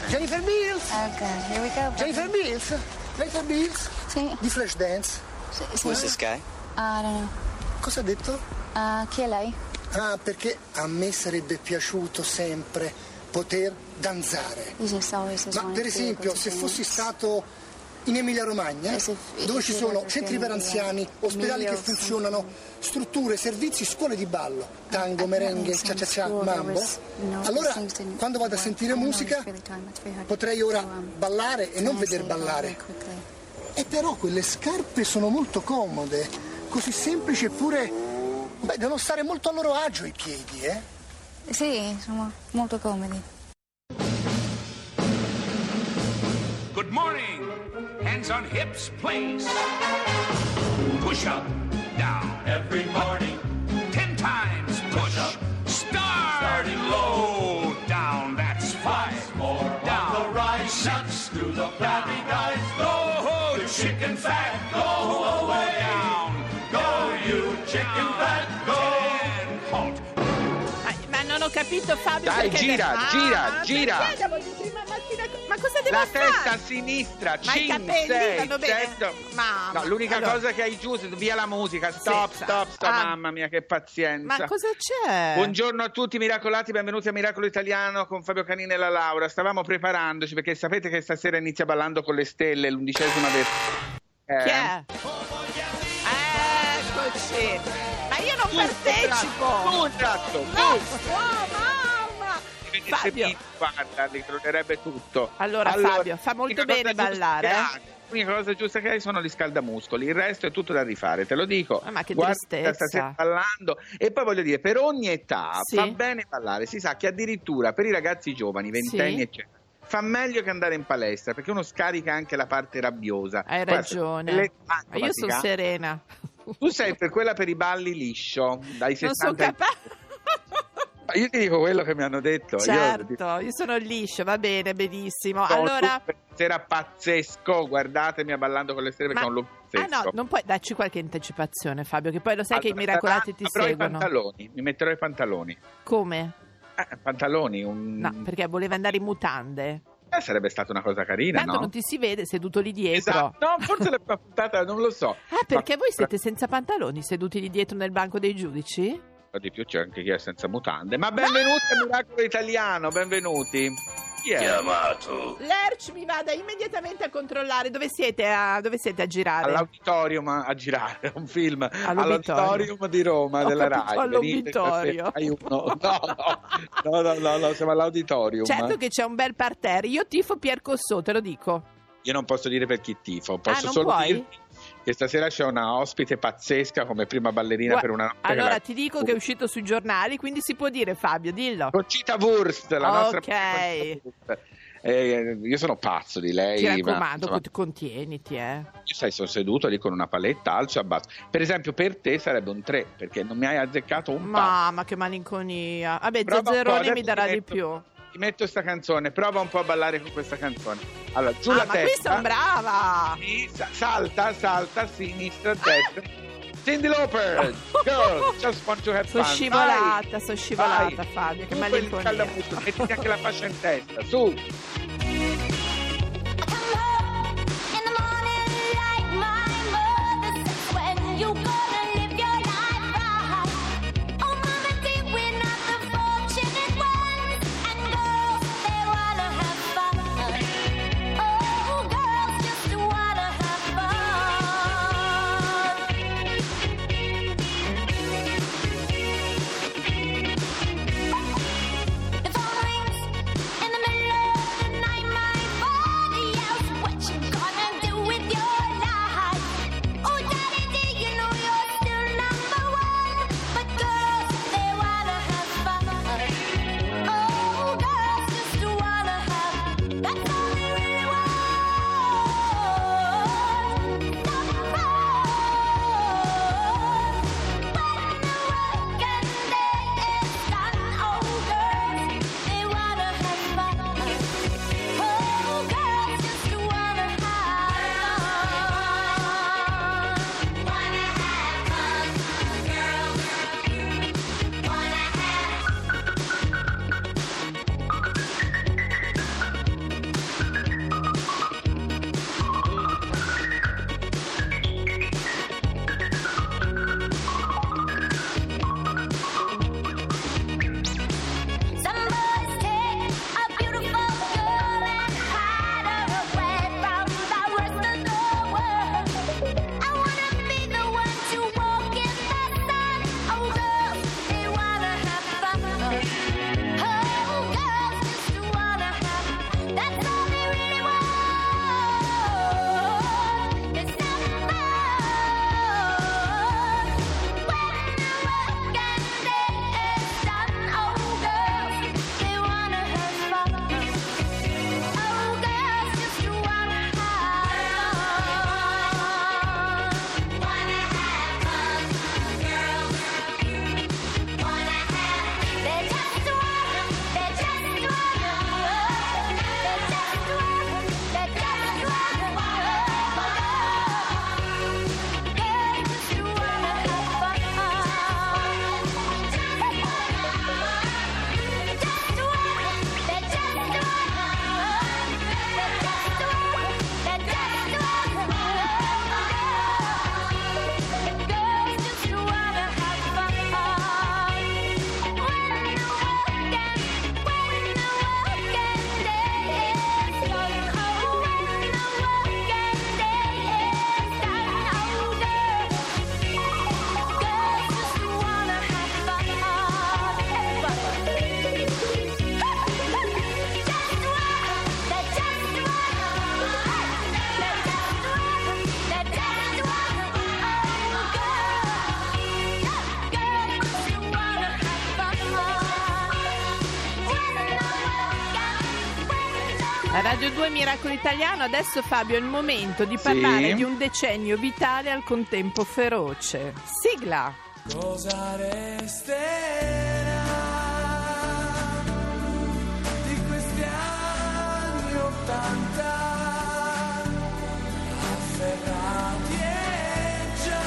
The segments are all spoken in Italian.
Jennifer Beals? Ok, here we go. Jennifer Beals? Jennifer Beals? Sì. Di Flashdance? Sì. Who's this guy? I don't know. Cosa ha detto? Chi è lei? Perché a me sarebbe piaciuto sempre poter danzare. Ma per esempio, se fossi stato in Emilia Romagna, dove ci sono centri per anziani, ospedali che funzionano, strutture, servizi, scuole di ballo, tango, merengue, cha-cha-cha, mambo, allora quando vado a sentire musica potrei ora ballare e non veder ballare. E però quelle scarpe sono molto comode, così semplici eppure devono stare molto a loro agio i piedi, eh? Sì, sono molto comodi. Good morning. Hands on hips, please. Push up, down. Every morning. 10 times push. Starting low. Down, that's 5 more. Down. On the rise, 6 to the flabby guys. Go, chicken fat, go away. Down. Go, you chicken fat, go. 10, halt. Ma non ho capito, Fabio. Dai, perché gira. Perché devo di prima mattina? Ma cosa devo La fare? testa a sinistra, Ma i 5, capelli 6, vanno bene? 7. Mamma. No, l'unica Allora. cosa che hai giusto, via la musica, stop, Sì, mamma mia che pazienza. Ma cosa c'è? Buongiorno a tutti miracolati, benvenuti a Miracolo Italiano con Fabio Canini e la Laura. Stavamo preparandoci perché sapete che stasera inizia Ballando con le Stelle, l'11ª versione. Chi è? Eccoci. Ma io non partecipo. Un tratto, Mamma. Fabio. Guarda, ricorderebbe tutto. Allora Fabio, fa molto bene ballare. L'unica cosa giusta che hai sono gli scaldamuscoli, il resto è tutto da rifare, te lo dico. Ma che Guarda, tristezza. stasera ballando. E poi voglio dire, per ogni età Sì. fa bene ballare. Si sa che addirittura per i ragazzi giovani, ventenni Sì. eccetera, fa meglio che andare in palestra perché uno scarica anche la parte rabbiosa. Hai Guarda, ragione. Ma io sono serena. Tu sei per quella per i balli liscio, dai 60 Non sono capace. Io ti dico quello che mi hanno detto. Certo, io sono liscio, va bene, benissimo. Allora, era pazzesco, guardatemi a Ballando con le Stelle perché è un look pazzesco. no, non puoi darci qualche anticipazione, Fabio, che poi lo sai che i miracolati ti però seguono. i pantaloni, mi metterò i pantaloni. Come? Pantaloni, No, perché voleva andare in mutande. Sarebbe stata una cosa carina, Tanto no? non ti si vede seduto lì dietro. Esatto. No, forse la prima puntata non lo so. Perché voi siete senza pantaloni seduti lì dietro nel banco dei giudici? Di più c'è anche chi è senza mutande. Ma benvenuti a Miracolo Italiano, benvenuti. Chi è? Chiamato. Lerch mi vada immediatamente a controllare dove siete a girare. All'auditorium a girare un film All'auditorium di Roma della Rai. All'auditorio. No, siamo all'auditorium. Certo che c'è un bel parterre. Io tifo Pier Cossò, te lo dico. Io non posso dire per chi tifo, posso non solo puoi? dirti che stasera c'è una ospite pazzesca come prima ballerina per una notte. Allora ti dico che è uscito sui giornali, quindi si può dire, Fabio, dillo. Conchita Wurst, la nostra Ok. io sono pazzo di lei. Ti raccomando, insomma, contieniti, Io sono seduto lì con una paletta, alzo e abbasso. Per esempio per te sarebbe un 3, perché non mi hai azzeccato un passo. Mamma, che malinconia. Vabbè, Prova un po', Zezzeroni adesso mi darà ti di metto- più. Ti metto sta canzone, prova un po' a ballare con questa canzone. Allora, giù la Ma qui testa. sono brava. Salta, sinistra, destra. Cindy Lauper, girl, just want to have fun. Sono scivolata, Vai. Fabio, che Su malinconia. quel mettiti anche la fascia in testa, su. What you gonna do with your life? Oh, daddy, do you know you're Radio 2 Miracolo Italiano, adesso Fabio è il momento di parlare di un decennio vitale al contempo feroce. Sigla! Cosa resterà di questi anni 80 afferrati e già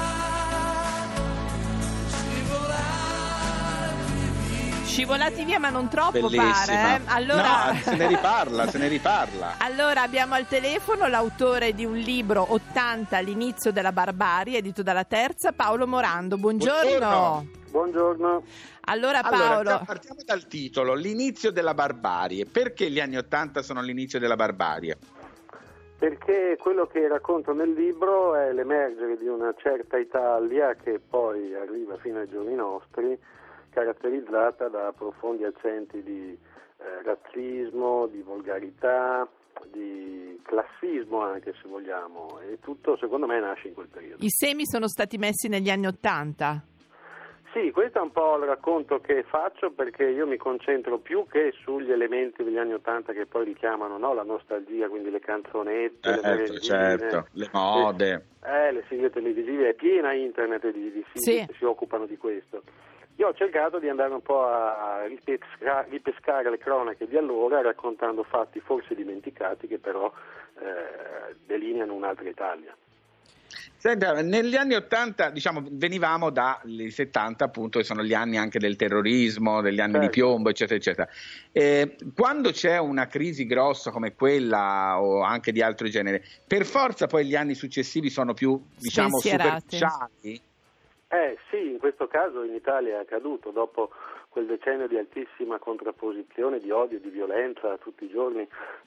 scivolati via, ma non troppo. Bellissima. Pare. Allora... No, se ne riparla. Allora abbiamo al telefono l'autore di un libro 80 all'inizio della barbarie, edito dalla Terza, Paolo Morando. Buongiorno. Buongiorno. Allora Paolo, partiamo dal titolo, l'inizio della barbarie. Perché gli anni 80 sono l'inizio della barbarie? Perché quello che racconto nel libro è l'emergere di una certa Italia che poi arriva fino ai giorni nostri, caratterizzata da profondi accenti di razzismo, di volgarità, di classismo anche, se vogliamo, e tutto secondo me nasce in quel periodo. I semi sono stati messi negli anni 80? Sì, questo è un po' il racconto che faccio, perché io mi concentro più che sugli elementi degli anni 80 che poi richiamano, no, la nostalgia, quindi le canzonette, le mode, le sigle televisive, è piena internet di siti che si occupano di questo. Io ho cercato di andare un po' a ripescare le cronache di allora, raccontando fatti forse dimenticati che però delineano un'altra Italia. Senta, negli anni 80, diciamo, venivamo dagli 70, appunto, che sono gli anni anche del terrorismo, degli anni di piombo, eccetera, eccetera. Quando c'è una crisi grossa come quella o anche di altro genere, per forza poi gli anni successivi sono più, diciamo, superficiali? Sì, in questo caso in Italia è accaduto, dopo quel decennio di altissima contrapposizione, di odio, di violenza tutti i giorni,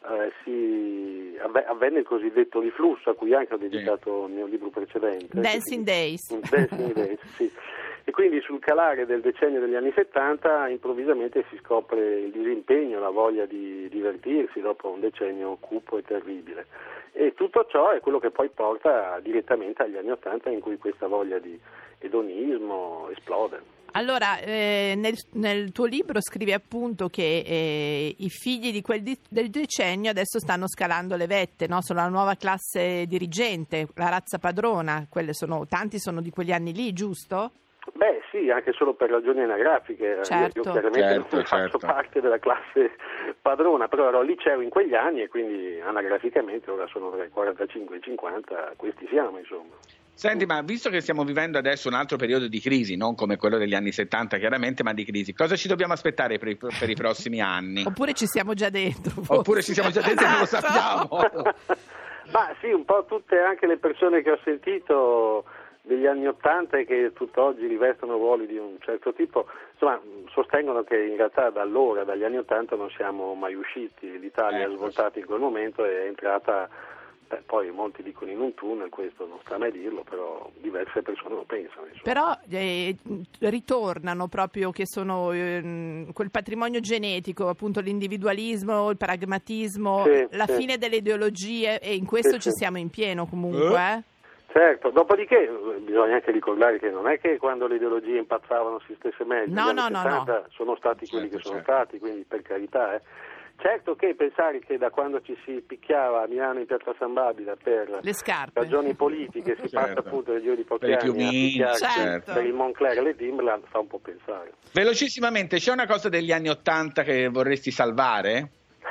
avvenne il cosiddetto riflusso, a cui anche ho dedicato il mio libro precedente. Dancing Days. Dancing Days, sì. E quindi sul calare del decennio degli anni 70 improvvisamente si scopre il disimpegno, la voglia di divertirsi dopo un decennio cupo e terribile. E tutto ciò è quello che poi porta direttamente agli anni 80, in cui questa voglia di edonismo esplode. Allora, nel tuo libro scrivi appunto che i figli del decennio adesso stanno scalando le vette, no? Sono la nuova classe dirigente, la razza padrona, tanti sono di quegli anni lì, giusto? Beh sì, anche solo per ragioni anagrafiche. Certo. Io chiaramente non faccio parte della classe padrona, però ero lì, c'ero in quegli anni e quindi anagraficamente ora sono tra i 45 e i 50, questi siamo, insomma. Senti, ma visto che stiamo vivendo adesso un altro periodo di crisi, non come quello degli anni 70 chiaramente, ma di crisi, cosa ci dobbiamo aspettare per i prossimi anni? Oppure ci siamo già dentro. Forse. Oppure ci siamo già dentro e non lo sappiamo. Ma sì, un po' tutte anche le persone che ho sentito degli anni 80 e che tutt'oggi rivestono ruoli di un certo tipo, insomma, sostengono che in realtà da allora, dagli anni 80, non siamo mai usciti. L'Italia è svoltata in quel momento e è entrata... poi molti dicono in un tunnel, questo non sta a me dirlo, però diverse persone lo pensano. Insomma. Però ritornano proprio che sono quel patrimonio genetico, appunto l'individualismo, il pragmatismo, la fine delle ideologie, e in questo ci siamo in pieno comunque. Certo, dopodiché bisogna anche ricordare che non è che quando le ideologie impazzavano si stesse meglio, no. sono stati quelli che sono stati, quindi per carità. Certo che pensare che da quando ci si picchiava a Milano in piazza San Babila per le scarpe, ragioni politiche, si passa appunto nel giro di pochi anni a picchiarsi per il Moncler e le Timberland, fa un po' pensare. Velocissimamente, c'è una cosa degli anni 80 che vorresti salvare?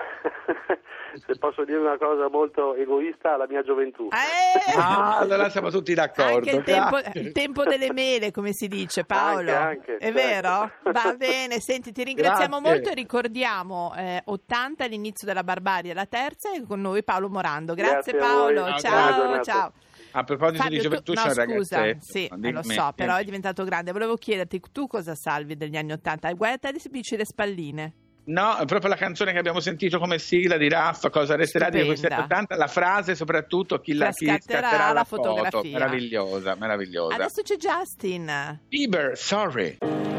Se posso dire una cosa molto egoista, la mia gioventù. Allora siamo tutti d'accordo. Anche il tempo delle mele, come si dice, Paolo. Anche, è vero? Va bene, senti, ti ringraziamo molto e ricordiamo 80 all'inizio della barbarie, la Terza, e con noi Paolo Morando. Grazie Paolo, ciao. A proposito Fabio, di gioventù, c'è un ragazzetto. Sì, lo so, però è diventato grande. Volevo chiederti, tu cosa salvi degli anni 80? Guarda, ti bici le spalline. No, è proprio la canzone che abbiamo sentito come sigla di Raffa, cosa resterà di questi 80, la frase soprattutto, chi scatterà la fotografia. Meravigliosa. Adesso c'è Justin Bieber, Sorry.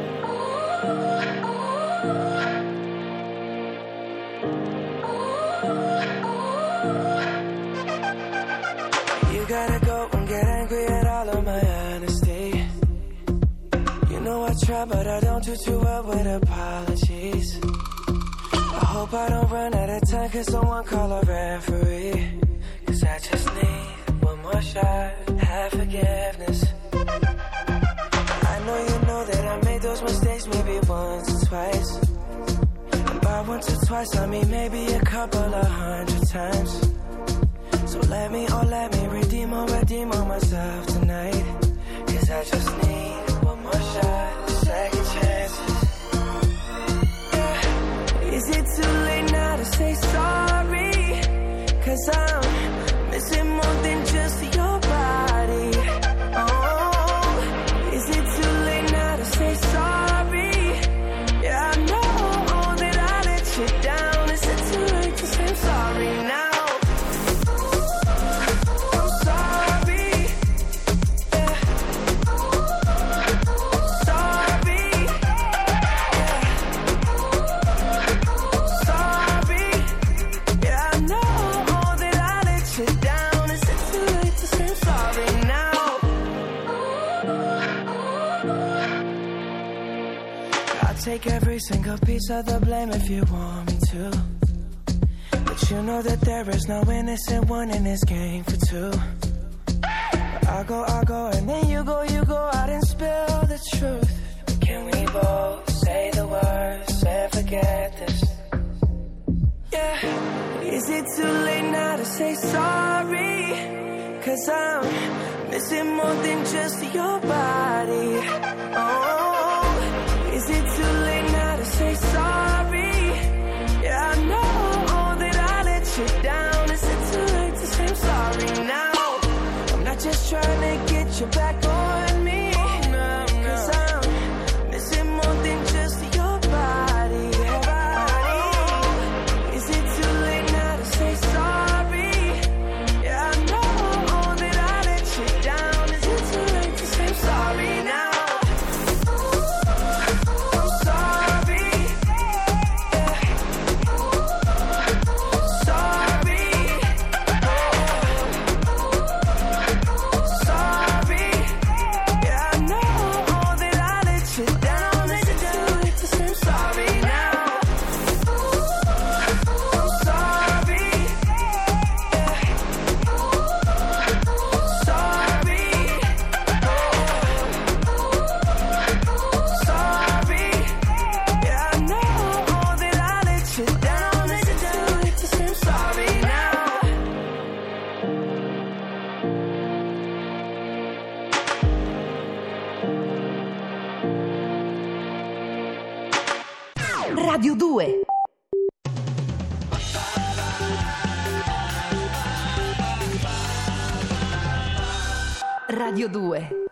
You gotta go and get angry at all of my honesty. You know I try but I don't do too well with apologies. I hope I don't run out of time, can someone call a referee? Cause I just need one more shot, have forgiveness. I know you know that I made those mistakes maybe once or twice. And by once or twice I mean maybe a couple of 100 times. So let me redeem on myself tonight. Cause I just need one more shot, second chances. Yeah. Is it too late now to say sorry? Cause I'm missing more than just your body. Oh, is it too late now to say sorry? Yeah, I know that I let you down. Is it too late to say I'm sorry now? Take every single piece of the blame if you want me to. But you know that there is no innocent one in this game for two. I go, and then you go out and spill the truth. Can we both say the words and forget this? Yeah. Is it too late now to say sorry? Cause I'm missing more than just your body. Oh, is it too late now to say sorry? Yeah, I know that I let you down. Is it too late to say I'm sorry now? I'm not just trying to get you back on me. Cause I'm missing more than just your body. Is it too late now to say sorry? Yeah, I know that I let you down. Is it too late to say I'm sorry now? Radio 2. Radio 2.